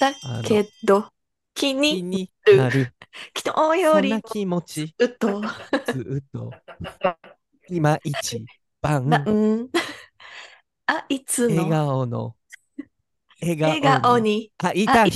だけど、気気にになる。 なる。 人よそんなりも気持ち、 ずっと、 ずっと、今一番、 ん。あいつ笑の顔の、笑笑顔に、 顔に、あ、 会いたい。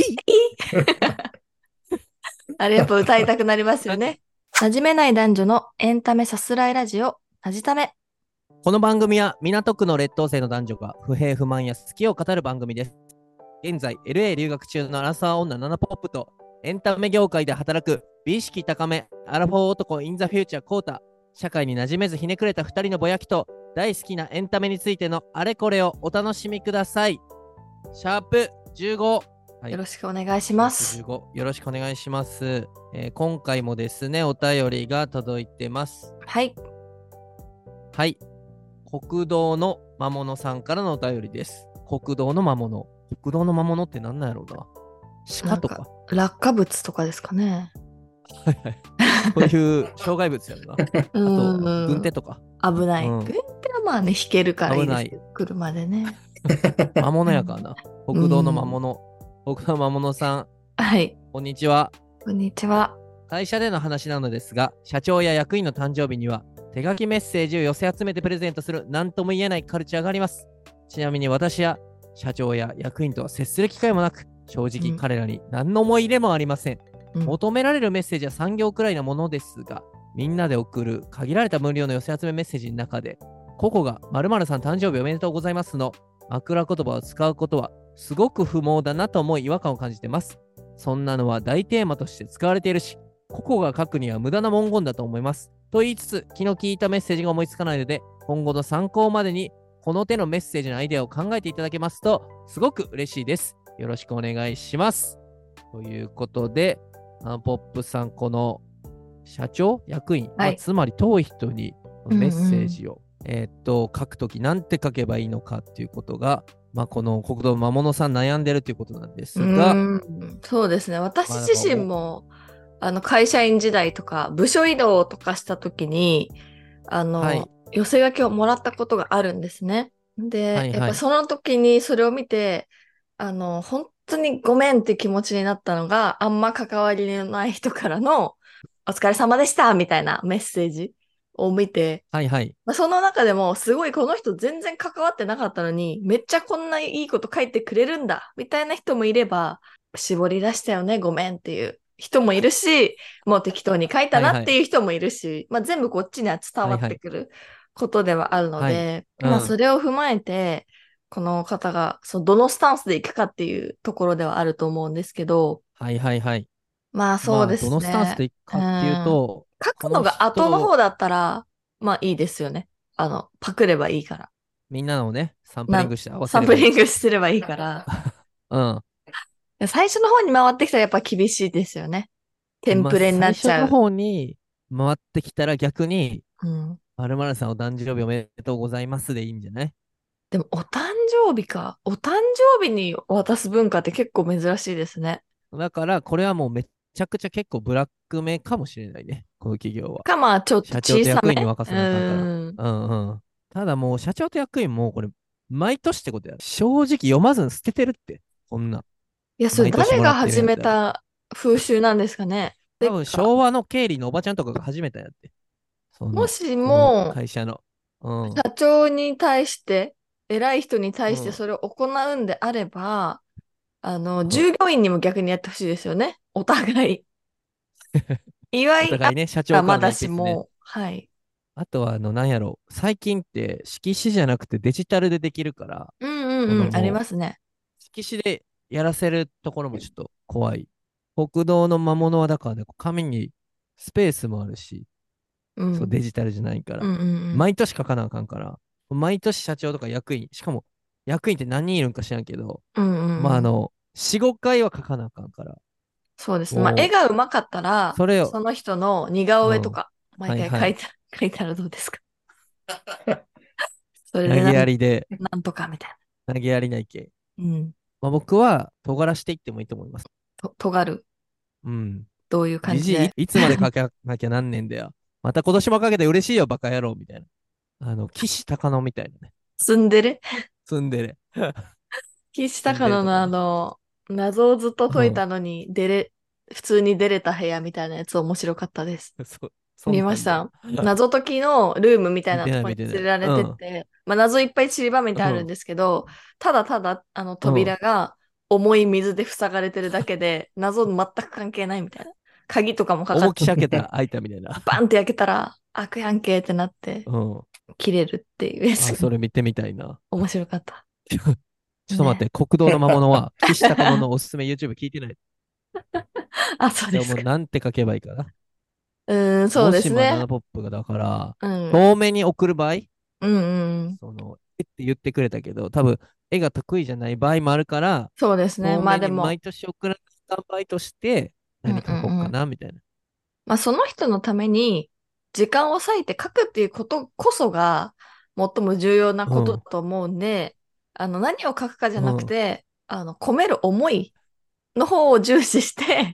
あれやっぱ歌いたくなりますよね。馴染めない男女のエンタメさすらいラジオ、なじため。 この番組は港区の劣等生の男女が不平不満や好きを語る番組です。現在、LA 留学中のアラサー女ナナポップとエンタメ業界で働く美意識高めアラフォー男インザフューチャーコータ、社会に馴染めずひねくれた2人のぼやきと大好きなエンタメについてのあれこれをお楽しみください。シャープ15。はい。 よろしくお願いします。 15よろしくお願いします。今回もですね、お便りが届いてます。 はい。 はい。国道の魔物さんからのお便りです。国道の魔物。国道の魔物って何なんやろうな。 なんか、 鹿とか。 落下物とかですかね。 はいはい。そういう障害物やろな。あと、軍手とか。 危ない。 うん。 軍手はまあね、引けるからい危ない。 いですけど、車でね。 魔物やからな。 う国道の魔ん。 物。国道の魔物さん、 はい。 こんにちは。 こんにちは。 会社での話なのですが、社長や役員の誕生日には、手書きメッセージを寄せ集めてプレゼントする何とも言えないカルチャーがあります。ちなみに私や社長や役員とは接する機会もなく、正直彼らに何の思い入れもありません。求められるメッセージは3行くらいなものですが、みんなで送る限られた分量の寄せ集めメッセージの中で、個々が〇〇さん誕生日おめでとうございますの枕言葉を使うことはすごく不毛だなと思い違和感を感じてます。そんなのは大テーマとして使われているし、個々が書くには無駄な文言だと思います。と言いつつ、昨日聞いたメッセージが思いつかないので、今後の参考までにこの手のメッセージのアイデアを考えていただけますと、すごく嬉しいです。よろしくお願いします。ということで、ポップさん、この社長、役員、 はい。 つまり遠い人にメッセージを、書くとき、なんて書けばいいのかっていうことが、この国道魔物さん悩んでるということなんですが、 そうですね。私なん自かも身も、会社員時代とか、部署移動とかした時に、 はい、 寄せ書きをもらったことがあるんですね。で、 はい、はい、 やっぱその時にそれを見て、本当にごめんって気持ちになったのが、あんま関わりのない人からの、お疲れ様でしたみたいなメッセージを見て、 はい、はい、 その中でも、すごいこの人全然関わってなかったのに、めっちゃこんないいこと書いてくれるんだ、みたいな人もいれば、絞り出したよね、ごめんっていう人もいるし、もう適当に書いたはい、はい、 なっていう人もいるし、全部こっちには伝わはい、はい、 ってくることではあるのはい、 で、 うん、 それを踏まえて、この方がどのスタンスでいくかっていうところではあると思うんですけど、 はい、はい、はい。 そうでどのスタンスすね。 でいくかっていうと、 書くのこのが後の方人、 だったら、いいですよね。パクればいいから。 みんなのね、サンプリングして合わせサンプればいい。 リングすればいいから。 うん。 最初の方に回ってきたらやっぱ厳しいですよね。テンプレにな最っちゃう。 初の方に回ってきたら逆に、 うん。 〇〇さんお誕生日おめでとうございますでいいんじゃない？ でも、お誕生日か。お誕生日に渡す文化って結構珍しいですね。 だから、これはもうめちゃくちゃ結構ブラックめかもしれないね。この企業は。 か、ちょっと社長と小さめ。 役員に任うせなあかんから。 ーん。 うんうん。ただもう社長と役員もこれ、毎年ってことや。正直読まずに捨ててるって。こんな。 いや、それ毎年もら誰が始ってるんやったら。 めた風習なんですかね。 多分昭和の経理のおばちゃんとかが始めたんやって。 もしこのも、 会社の。うん。 社長に対して、偉い人に対してうん。 それを行うんであれば、 うん従業員にも逆にやってほしいですよね。お互い。祝い合っお互いね、社長からのたらまだ一筆ね。 しも、はい。 あとは、なんやろ最近って色紙じゃなくてデジタルでできるから、 うんうんうん、ありもう、 ますね。 色紙でやらせるところもちょっと怖い。国道の魔物はだからね、紙にスペースもあるし、そう、 うん。 デジタルじゃないから。 うんうんうん。 毎年書かなあかんから、毎年社長とか役員、しかも役員って何人いるんか知らんけど、 うんうんうん。 4、5回は書かなあかんから、 そうですね。絵もが上手かったう、 ら、 それを、 その人の似顔うん。 絵とか、毎はいはい。 回書いたらどうですか？それ投げでやりで、 なんとかみたい投げやりないけ。 な。うん。 僕は尖らしていってもいいと思います。 尖る。 うん。 どういう感じじい、 じで。 いつまで書かなきゃなんねんだよ。また今年もかけて嬉しいよ、バカ野郎、みたいな。岸高野みたいなね。 ツンデレツンデレ。 岸ツンデ高野のレとかね。 謎をずっと解いうん。 たのに、普通に出れた部屋みたいなやつ面白かったです。 そんなんだ。 見ました。謎解きのルームみたい見てない、 なところに見てない。 連れられうん。 てって、まあ、謎いっぱい散りばめてあるんうん。 ですけど、ただただ、 うん。 扉が重い水で塞がれてるだけで、謎全く関係ないみたいな。鍵とかもかかって重きし開けて、 た開いたみたいな。 バンって開けたら、開くやんけってなって、 うん。 切れるっていうやつあ、 がそれ見てみたいな。 面白かった。 ちょっと待っね。 て、国道の魔物は、岸高物のおすすめ YouTube 聞いてない。 あ、そうじゃあもうですか。 なんて書けばいいかな。 そうもしバナですね。 ナポップがだから、 うん。 遠目に送る場合、 うんうん。 絵って言ってくれたけど、多分絵が得意じゃない場合もあるから、 そうですね。 遠目にまあでも、 毎年送られるスタンバイとしてうん何書こううんうん。 かな、みたいな。 まあその人のために時間を割いて書くっていうことこそが最も重要なうん、 ことだと思うんで、何を書くかじゃなくうん。 て、込める思いの方を重視して、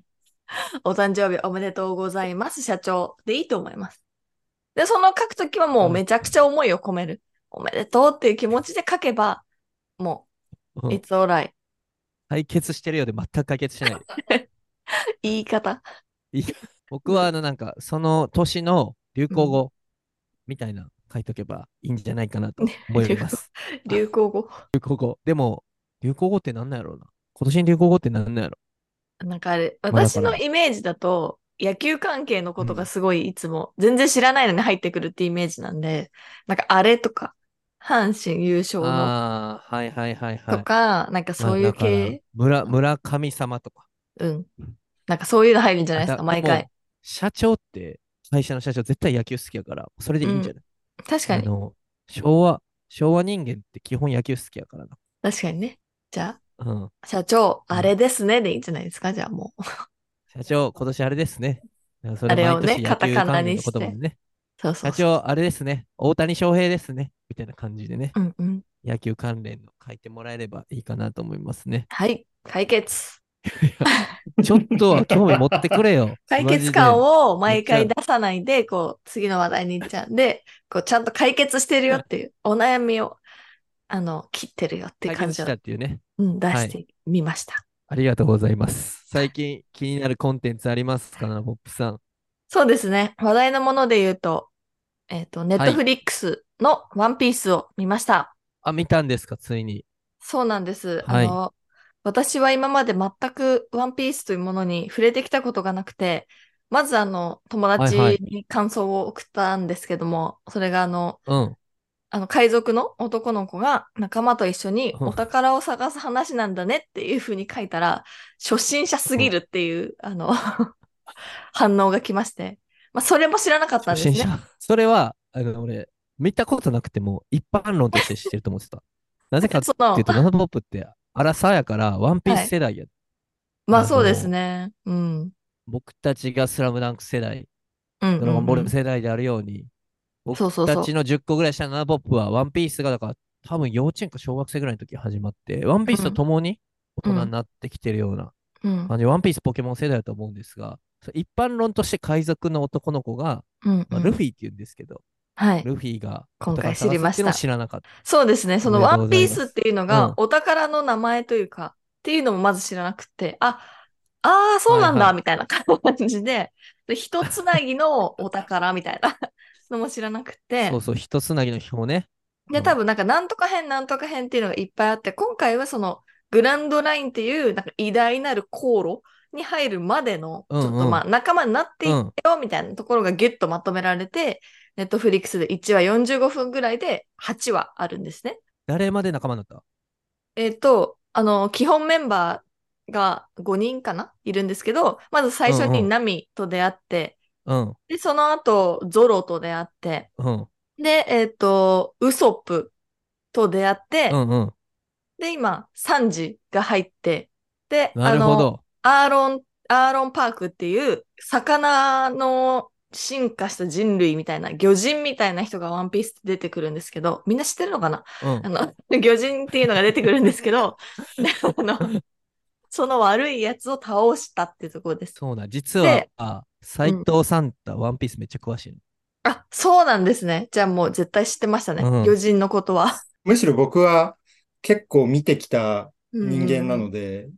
お誕生日おめでとうございます、社長でいいと思います。で、その書くときはもうあ、 めちゃくちゃ思いを込める。おめでとうっていう気持ちで書けば、もう、 うん。 it's alright。 解決してるようで全く解決しない。 言い方。 いい僕はなんか、その年の流うん。 行語みたいな書いとけばいいんじゃないかなと思い流行、 ます。 流行語。 流行語。でも、流行語ってなんなんやろうな。今年の流行語ってなんなんやろ。 なんかあれ、 まあだから、 私のイメージだと、野球関係のことがうん。 すごいいつも、全然知らないのに入ってくるってイメージなんで、なんかあれとか、阪神優勝のああ、はいはいはいはい。 とか、なんかまあそういうだから、 系かな。 村神様とか。 うん。なんかそういうの入るんじゃないですか、 で毎回。 も、社長って、会社の社長絶対野球好きやから、それでうん。 いいんじゃない確かに。 昭和、昭和人間って基本野球好きやからな。 確かにね。じゃうん。 あ、社長、あうん。 れですね、でいいんじゃないですか、じゃあもう。 社長、今年あれですね。だからそれあれをね、 毎年野カタカナ球関連のにして。 言葉でね。 そうそうそう。 社長、あれですね。大谷翔平ですね。みたいな感じでね。 うんうん。 野球関連の書いてもらえればいいかなと思いますね。 はい、解決。 ちょっとは興味持ってくれよ。 解決感マジで。 をめっちゃ、 毎回出さないで、こう、次の話題に行っちゃうんで、こう、ちゃんと解決してるよっていう、お悩みを、切ってるよっていう解決し感じを、 たっていうね。 うん、出はい。 してみました。 ありがとうございます。最近気になるコンテンツありますかな、ポップさん。 そうですね。話題のもので言うと、ネッはい。 トフリックスのワンピースを見ました。 あ、見たんですか、ついに。 そうなんです。 はい。 私は今まで全くワンピースというものに触れてきたことがなくて、まず友達はいはい。 に感想を送ったんですけども、それがうん。 海賊の男の子が仲間と一緒にうん。 お宝を探す話なんだねっていう風に書いたら、初心者すうん。 ぎるっていう、反応が来まして。まあ、それも知らなかったんですね。 初心者。それは、俺、見たことなくても一般論として知ってると思ってた。なぜかっその、 ていうと、ナナポップってアラサーやから、ワンピーはい。 ス世代や。 まあそうですね。うん。 僕たちがスラムダンク世代、 うんドラゴンボールうんうん。 世代であるように、僕そうそうそたちの10個ぐらい下のナナポップは、ワンピースが、だから多分幼稚園か小学生ぐらいの時始まって、ワンピう。 ースとうん。 共に大人にうん。 なってきてるようなうん。 感じ、ワンピースポケモン世代だと思うんですが、一般論として海賊の男の子が、まあ、ルうんうん。 フィって言うんですけど、 はい。 ルフィがお今回知宝探すっていうのをりました。 知らなかった。 そうですね。そおめでとうござのワンピーいます。 スっていうのうん。 がお宝の名前というか、っていうのもまず知らなくて、ああ、そうなんだ、 はいはい。 みたいな感じで、一つなぎのお宝みたいなのも知らなくて、 そうそう、一つなぎの表ね。 で、 うん。 多分なんかなんとか編なんとか編っていうのがいっぱいあって、今回はそのグランドラインっていうなんか偉大なる航路に入るまでの、ちょっとまあうんうん。 仲間になっていっうん。 たよみたいなところがギュッとまとめられて、ネットフリックスで1話45分ぐらいで8話あるんですね。 誰まで仲間になった？ 基本メンバーが5人かないるんですけど、まず最初にうんうん。 ナミと出会って、 うん。 で、その後、ゾロと出会って、 うん。 で、ウソップと出会って、 うんうん。 で、今、サンジが入って、で、 なるほど。 アーロンパークっていう、魚の進化した人類みたいな、魚人みたいな人がワンピースって出てくるんですけど、みんな知ってるのかな？ うん。 魚人っていうのが出てくるんですけど、でその悪いやつを倒したっていうところです。 そうなん。実は、 で、 斎うん。 藤サンタ、ワンピースめっちゃ詳しいあ、そうなんですね。じゃあもう絶対知ってましたの。 ね。 うん。 魚人のことは。 むしろ僕は結構見てきたうん人間なうんうん。 ので、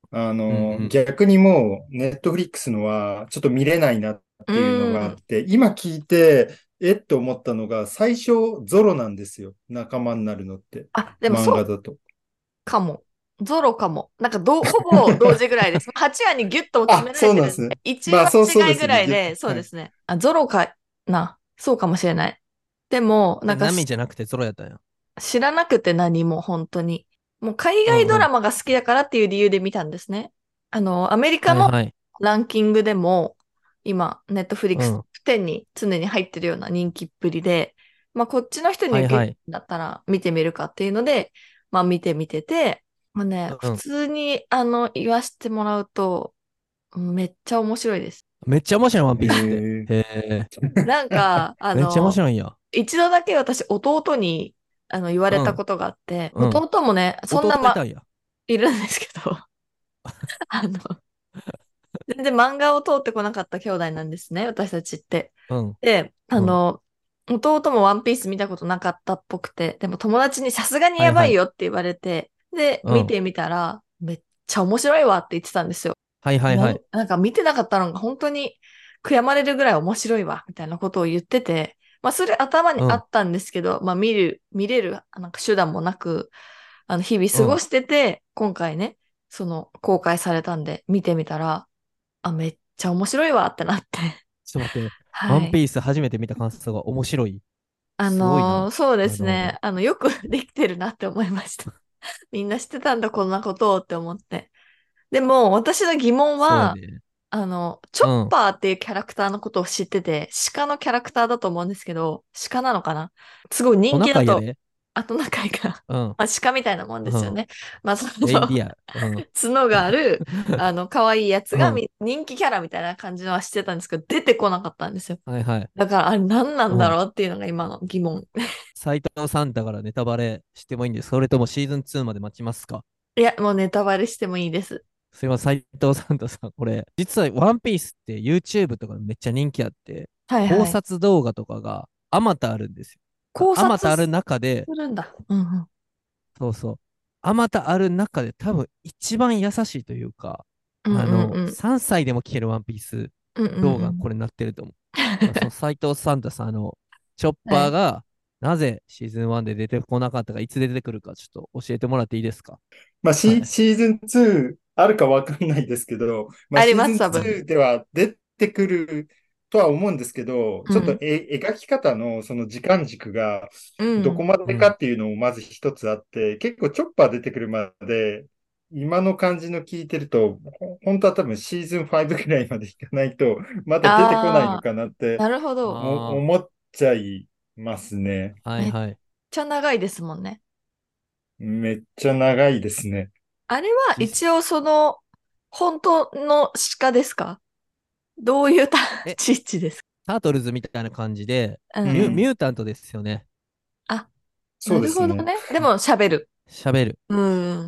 うんうん。 逆にもう、ネットフリックスのは、ちょっと見れないなっうていうのがあーん。 って、今聞いて、えっと思ったのが、最初、ゾロなんですよ。仲間になるのって。 あ、でもそう漫画だと。 かも。ゾロかも。なんかほぼ同時ぐらいです。8話にギュッと詰あ、 められてるんで、 そうなんですね。 1 まあ、そうそう話違いですよね。 ぐらいで、そうはい。 ですね。あ、ゾロかな。そうかもしれない。でも、なんかナミじゃなくてゾロやったんや。 知らなくて何も本当に。もう海外ドラうんうん。 マが好きだからっていう理由で見たんですね。アメリカのはいはい。 ランキングでも、今、ネットフリックスうん。 10に常に入ってるような人気っぷりで、まあ、こっちの人に受けるはいはい。 んだったら見てみるかっていうので、まあ、見てみてて、まあね、普うん。 通に、言わせてもらうと、めっちゃ面白いです。 めっちゃ面白い、ワンえピースって。 ー、 へえ。 なんか、 めっちゃ面白いんや。 一度だけ私、弟に、言われたうん。 ことがあって、 うん。 弟もね、そんな、 弟いたんや。 いるんですけど、あの、全然漫画を通ってこなかった兄弟なんですね、私たちって。 うん。 で、 うん。 弟もワンピース見たことなかったっぽくて、でも友達にさすがにやばいはいはい。 よって言われて、で、 うん。 見てみたら、めっちゃ面白いわって言ってたんですよ。 はいはいはい。 なんか見てなかったのが本当に悔やまれるぐらい面白いわ、みたいなことを言ってて、まあそれ頭にうん。 あったんですけど、まあ見れるなんか手段もなく、日々 うん。 過ごしてて、今回ね、公開されたんで見てみたら、あ、めっちゃ面白いわってなって。 ちょっと待って。ワはい。 ンピース初めて見た感想が面白い。すごいな。 そうであの、 すね。よくできてるなって思いました。みんな知ってたんだ、こんなことをって思って。でも、私の疑問は、 そうやね。 チョッうん。 パーっていうキャラクターのことを知ってて、鹿のキャラクターだと思うんですけど、鹿なのかな。すごいト人気だと、 ナカイやで。 あと仲いいか。 うん。 まあ、鹿みたいなもんでうん。 すよね。まあ、 レインディア。うん。 角がある、可愛いやつうん。 が人気キャラみたいな感じのは知ってたんですけど、出てこなかったんですよ。 はいはい。 だから、あれ何なんうん。 だろうっていうのが今の疑問。 斎藤さんだからネタバレしてもいいんです。それともシーズン2まで待ちますか？ いや、もうネタバレしてもいいです。 すいません、斎藤さんとさん、これ、実はワンピースって YouTube とかめっちゃ人気あって、考はいはい。 察動画とかがあまたあるんですよ。 考あまたある察す中で、 るんだ。うんうん。 そうそう。あまたある中で多分一番優しいというか、 うんうんうん。 3歳でも聞けるワンピースうんうん動うん。 画これになってると思う。だからその斎藤さんとさん、チョッはい。 パーがなぜシーズン1で出てこなかったか、いつ出てくるか、ちょっと教えてもらっていいですか？ まあ、 はい。 シーズン2あるかわかんないですけど、まあ、 あります、 シーズン多分。 2では出てくるとは思うんですけど、ちょっとうん。 描き方のその時間軸がうん。 どこまでかうん。 っていうのもまず一つあって、結構チョッパー出てくるまで、今の感じの聞いてると、本当は多分シーズン5ぐらいまでいかないと、まだ出てこないのああ、 かなってなるほど。 あ思っちゃいますね。 あ、はいめっはい。 ちゃ長いですもんね。 めっちゃ長いですね。 あれは実一応本当の鹿ですか？どういうえ、 立ち位置ですタートルズみたいな感じで、 か？うミうん、 ュータントですよね。 あ、 そうなるですね。 ほどね。でも喋る。 喋る。 うん。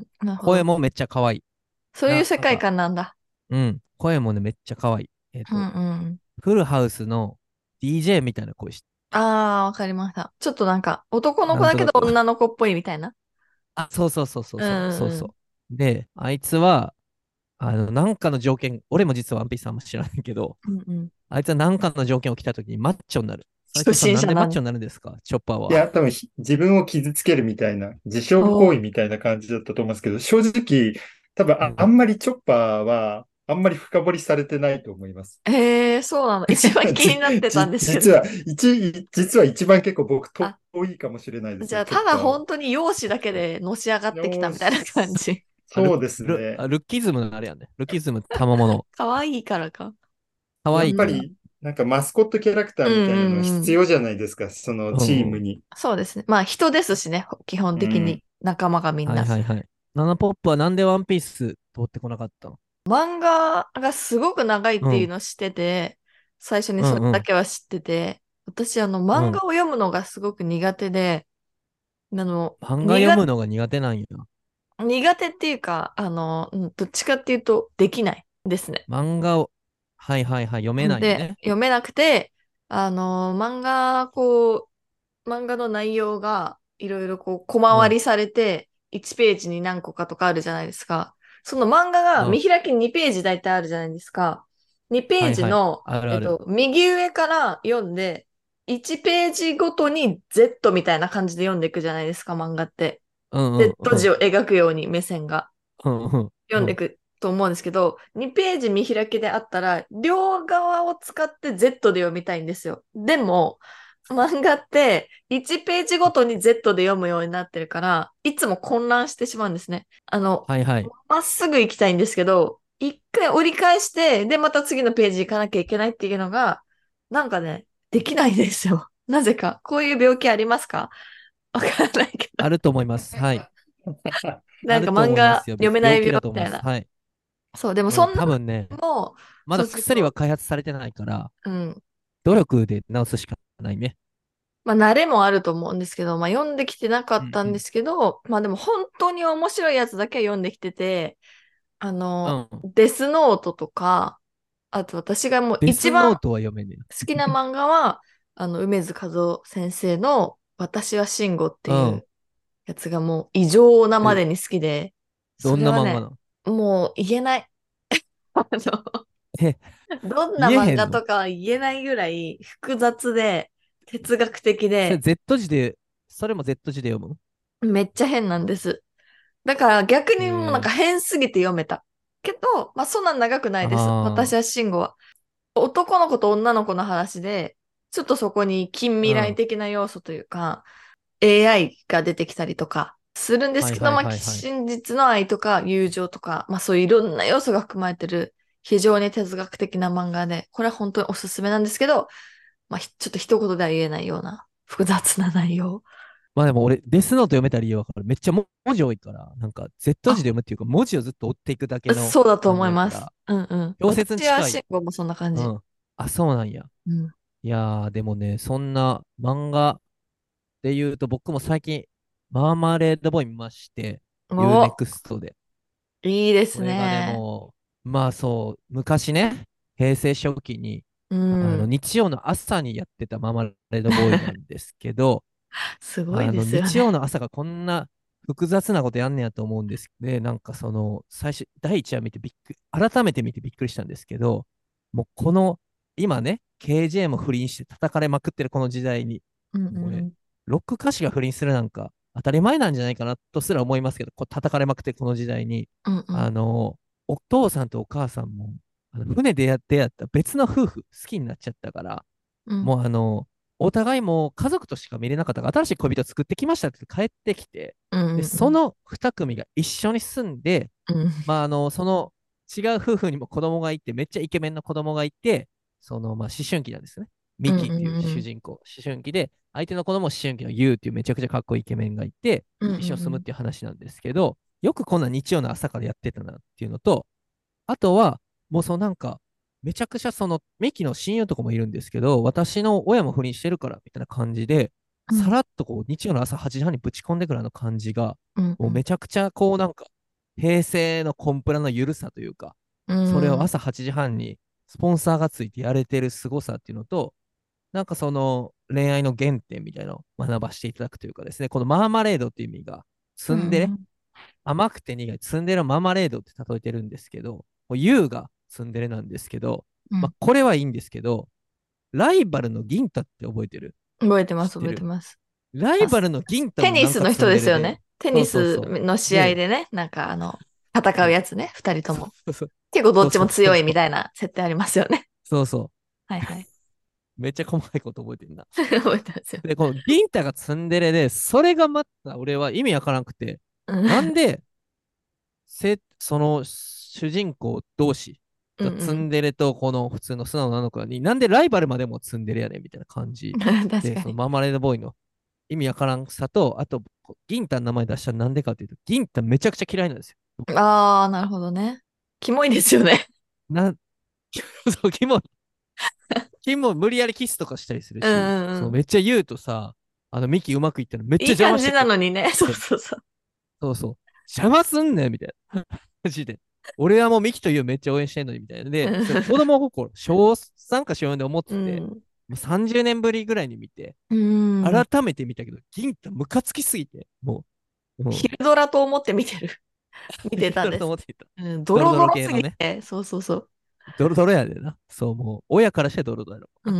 なるほど。 声もめっちゃ可愛い。 そういう世界なんか、 観なんだ。 うん。声もね、めっちゃ可愛い。 うんうん。 フルハウスの DJ みたいな声して、 ああ、わかりました。ちょっとなんか、男の子だけどなんとなく。 女の子っぽいみたいな。 あ、そうそうそうそううんそう、そううんうん。 そう。で、あいつは、なんかの条件、俺も実はワンピースあんま知らないけど、 うんうん。 あいつはなんかの条件を来た時にマッチョになる。斉初藤さん、 心者なのに。 なんでマッチョになるんですかチョッパーいや、 は。 多分自分を傷つけるみたいな、自傷行為おー。 みたいな感じだったと思いますけど、正直、多分あんうん。 まりチョッパーは、あんまり深掘りされてないと思います。 そうなの。一番気になってたんですけど。 実は一番結構僕遠あ、 いかもしれないですね、 じゃあ、 チョッただパーは。 本当に容姿だけでのし上がってきたよーみたいな感し、 じ。 そうですね。 ルッキズムのあれやね。ルッキズム賜物。 可愛いからか。 可や愛いから。 っぱり、なんかマスコットキャラクターうんみたいなのうんうん。 必要じゃないですか、そのチーうんうん。 ムに。 そうですね。まあ人ですしね。基本うん。 的に仲間がみんな。 はいはいはい。ナナポップはなんでワンピース通ってこなかったの？ 漫画がすごく長いっていううん。 のを知ってて、最初にそれうんうん。 だけは知ってて、私うん。 漫画を読むのがすごく苦手で、あの、 漫画読苦、 むのが苦手なんや。 苦手っていうか、どっちかっていうとできないですね。 漫画を、はいはいはい、読めないで、 ね。 読めなくて、漫画の内容がいろいろこう小回りされて、1ページに何個かとかあるじゃないですか。 その漫画がうん。 見開き2ページ大体あるじゃないですか。2ペーはいはい。 ジの、 あるある。 右上から読んで、1ページごとに Z みたいな感じで読んでいくじゃないですか、漫画って。 うんうん Z うん。 字を描くように目線がうんうんうん。 読んでいくと思うんですけど、2ページ見開きであったら、両側を使って Z で読みたいんですよ。でも、漫画って1ページごとに Z で読むようになってるから、いつも混乱してしまうんですね。 はいはい。 まっすぐ行きたいんですけど、一回折り返して、で、また次のページ行かなきゃいけないっていうのが、なんかね、できないんですよ。なぜか。こういう病気ありますか？わからないけど。 あると思います。はい。 なんかあると漫画思いますよ。病読めない病気だと思います。 みたいな。 はい。 そう、でもうん、 そんな多分ね、 のも、 まだそうそうそ薬は開発されてないから、 う。うん。 努力で治すしかないね。 まあ、慣れもあると思うんですけど、まあ、読んできてなかうんうん。 ったんですけど、まあでも本当に面白いやつだけは読んできてて、 うん。 デスノートとか、あと私がもうデ一番好スノートは読めねきな漫画は、梅津和夫先生の私は慎吾ってえ。うん。 いうやつがもう異常なまえ、 でに好きで、そどんれはね、 な漫画なの？ もう言えない。 え、 どんな漫言えへんの？ 画とかは言えないぐらい複雑で、哲学的それで、 Z 字で、それも Z 字で読む？ めっちゃ変なんです。だから逆にもうなんかえ変すぎて読めた。けど、まあそんな長くないです。私あは慎吾は。男の子と女の子の話で、ちょっとそこに近あ、 未来うん。 的な要素というか、AI が出てきたりとかするんですけど、 はいはいまあはいはい。 真実の愛とか友情とか、まあそういういろんな要素が含まれてる非常に哲学的な漫画で、これは本当におすすめなんですけど、まあちょっと一言では言えないような複雑な内容。 まあでも俺、デスノート読めた理由わかる。めっちゃ文字多いから、なんか Z 字あ、 で読むっていうか、文字をずっと追っていくだけのそうだと感思います。 じやから、 うんうん。 小説に私は近い。 慎吾もそんな感じ。 うん。あ、そうなんや。 うん。 いやー、でもね、そんな漫画で言うと、僕も最近、マーマレードボーイ見まして、 お、 UNEXT で。 いいですこれがね、 ね。 もう、まあそう、昔ね、平成初期に、 うん。 日曜の朝にやってたマーマレードボーイなんですけど、 すごいですよ日曜ね。 の朝がこんな複雑なことやんねやと思うんですで、なんかその、第一話見て改めて見てびっくりしたんですけど、もう今ね、KJ も不倫して叩かれまくってるこの時代に、 うんもう俺、 うんロック歌手が不倫するなんか当たり前なんじゃないかなとすら思いますけど、叩かれまくってるこの時代に、 うんうんあの、お父さんとお母さんも、船で出会った別の夫婦、好きになっちゃったから、 うんもうお互いもう家族としか見れなかったから、新しい恋人作ってきましたって帰ってきて、 うんで、そうんの二組が一緒に住んで、 うんまあ、その違う夫婦にも子供がいて、めっちゃイケメンの子供がいて、まあ、思春期なんですね。 うんミキっていううん主人公、思春期で、相手の子供も思春期のユウっていうめちゃくちゃかっこいいイケメンがいて、 うん一緒に住うんむっていう話なんですけど、よくこんな日曜の朝からやってたなっていうのと、あとは、もうなんか、めちゃくちゃミキの親友とかもいるんですけど、私の親も不倫してるから、みたいな感じで、 うんさらっと日曜の朝8時半にぶち込んでくる感じが、もううんうんめちゃくちゃなんか、平成のコンプラの緩さというか、それをうん朝8時半にスポンサーがついてやれてる凄さっていうのと、なんか恋愛の原点みたいなのを学ばせていただくというかですね、このマーマレードっていう意味が、 うツンデレ、 ん甘くて苦いツンデレのマーマレードって例えてるんですけど、ユウがツンデレなんですけど、まあ、 うん。 これはいいんですけど、ライバルの銀太って覚えてる？ 覚えてます、 知ってる？ 覚えてます。 ライあ、 バルの銀太テもなんかツニスの人ンデレで、 ですよね。テニそうそうスその試う。で、 合でね、戦うそうやつね、二人とも。 そうそう結構どっちもそうそう強いみそう。 たいな設定ありますよね。 そうそう。 はいはい。 めっちゃ細かいこと覚えてるな。 覚えてますよ。 で、この銀太がツンデレで、それがまた俺は意味わからなくて、 うんなんで、その主人公同士うんがツンデレとこの普通の素直なのかに、なんでライバルまでもツンデレやねんみたいな感じうん。確で、 かに。 マーマレードボーイの意味わからんさと、あと、銀太の名前出したらなんでかっていうと、銀太めちゃくちゃ嫌いなんですよ。 ああ、なるほどね。キモいですよね。 な、そう、キモ無理やりキスとかしたりするうんし、 うんうん。 めっちゃ言うとさ、ミキうまくいったのめっちゃいい感じ邪魔してくる。 なのにね。そうそうそう。 そうそう。邪魔すんねんみたいな。マジで。俺はもうミキというめっちゃ応援してんのにみたいな。で、それ子供心、小3か小4で思ってて、 うん。 もう30年ぶりぐらいに見て、 うん。 改めて見たけど、銀太ムカつきすぎて、もう、 昼ドラと思って見てる。 見てたんです。 思ってた。 うん、 ドロドドロドロロ系のね。 すぎて、そうそうそう。 ドロドロやでな。そう、もう、親からしてドロドロやろ。 うん。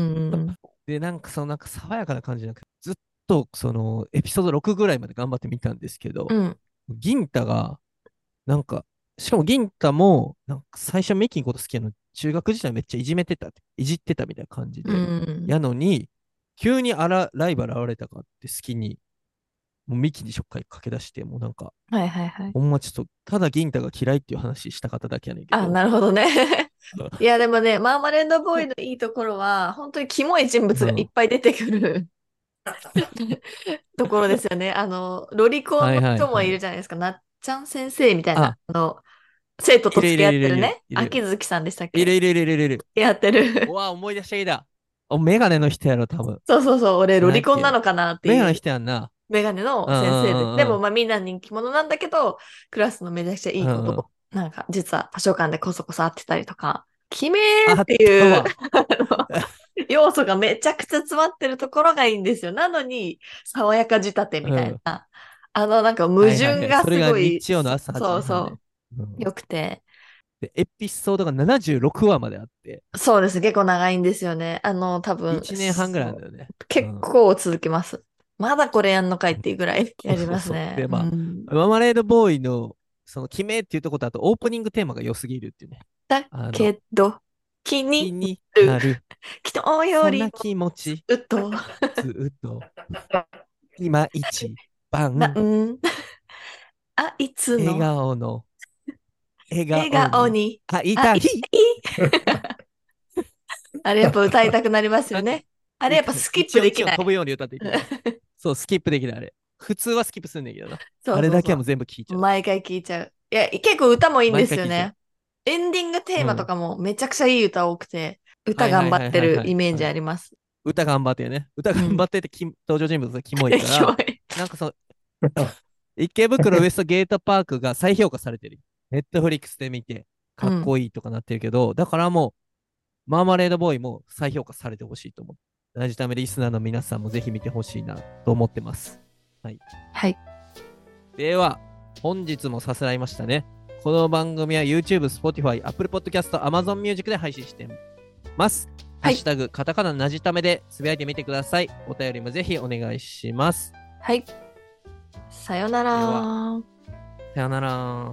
で、なんか爽やかな感じじゃなくて、ずっと、エピソード6ぐらいまで頑張ってみたんですけど、 うん。 銀太が、なんか、しかも銀太も、なんか最初メキのこと好きなの、中学時代めっちゃいじってたみたいな感じうで、 ん。 やのに、急にライバル現れたかって好きに、もうミキにちょっかい駆け出して、もうなんか、 はいはいはい。 ほんまちょっと、ただ銀太が嫌いっていう話したかっただけやねんけあ、 ど、 なるほどね。いや、でもね、マーマレードボーイのいいところは、本当にキモい人物がいっうん。 ぱい出てくるところですよね。ロリコンはいの人もはいはい。 いるじゃないですか。なっちゃん先生みたいな。 あ、 生徒といるい付き合っるいるいるてるね。 いる。 秋月さんでしたっけ？ いるいるいるいるいるいる。 やってる。 うわ、思い出したいだ。お、メガネの人やろ、多分。 そうそうそう。俺、ロリコンななんやっけ。 のかなってメガネのいう人やんな。 メガネのうんう先生で。でも、 んうんうん。 まあ、みんな人気者なんだけど、クラスのめちゃくちゃいいうんうん。 子と、なんか、実は図書館でこそこそ会ってたりとか、キメーっあっていうたわ。 要素がめちゃくちゃ詰まってるところがいいんですよ。なのに、爽やか仕立てみうん。 たいな。なんか矛はいはいはい。 盾がそれがすごい、 日曜の朝8時半ね。 そうそうん、 う、良くて。 で、エピソードが76話まであって、 そうです。結構長いんですよね。多分、 1年半ぐらいあるんそう。 だよね。う結ん。 構続きます。まだこれやんのかいっていうぐらいそやりうそうそう。 ますね。 で、 うまん。 あ、ママレードボーイの、決めっていうところと、あとオープニングテーマが良すぎるっていうね。 だあの、 けど、気に気になる。 なる。 人よりもそんな気持ち、 ずっと、 ずっと、今一番、 ん、あいつ笑の顔の、笑笑顔に、 顔に会いたい。 会いたい。あれやっぱ歌いたくなりますよなんか、 ね。あれやっぱスキップできない。 一音飛ぶように歌っていくよね。そう、スキップできない、あれ。普通はスキップすんねんけどな。 そうそうそあれだけはもう全部聞いちう。 ゃう。 毎回聴いちゃう。いや、結構歌もいいんで毎回聞いちゃう。 すよね。エンディングテーマとうん。 かもめちゃくちゃいい歌多くて、歌はいは頑張っていはいはいるイメーはいはい。 ジあります。 歌頑張ってね。歌うん。 頑張ってて登場人物がキモいから、 キモい。 なんか池袋ウエストゲートパークが再評価されてる。ネットフリックスで見て、かっうん。 こいいとかなってるけど、だからもう、マーマレードボーイも再評価されてほしいと思う。ラジタメリスナーの皆さんもぜひ見てほしいなと思ってます。はい。 はい。 では、本日もさすらいましたね。この番組は YouTube、Spotify、Apple Podcast、Amazon Music で配信しています。ハはい。 ッシュタグ、カタカナなじためでつぶやいてみてください。お便りもぜひお願いします。 はい。さよなでは、 ら。 さよなら。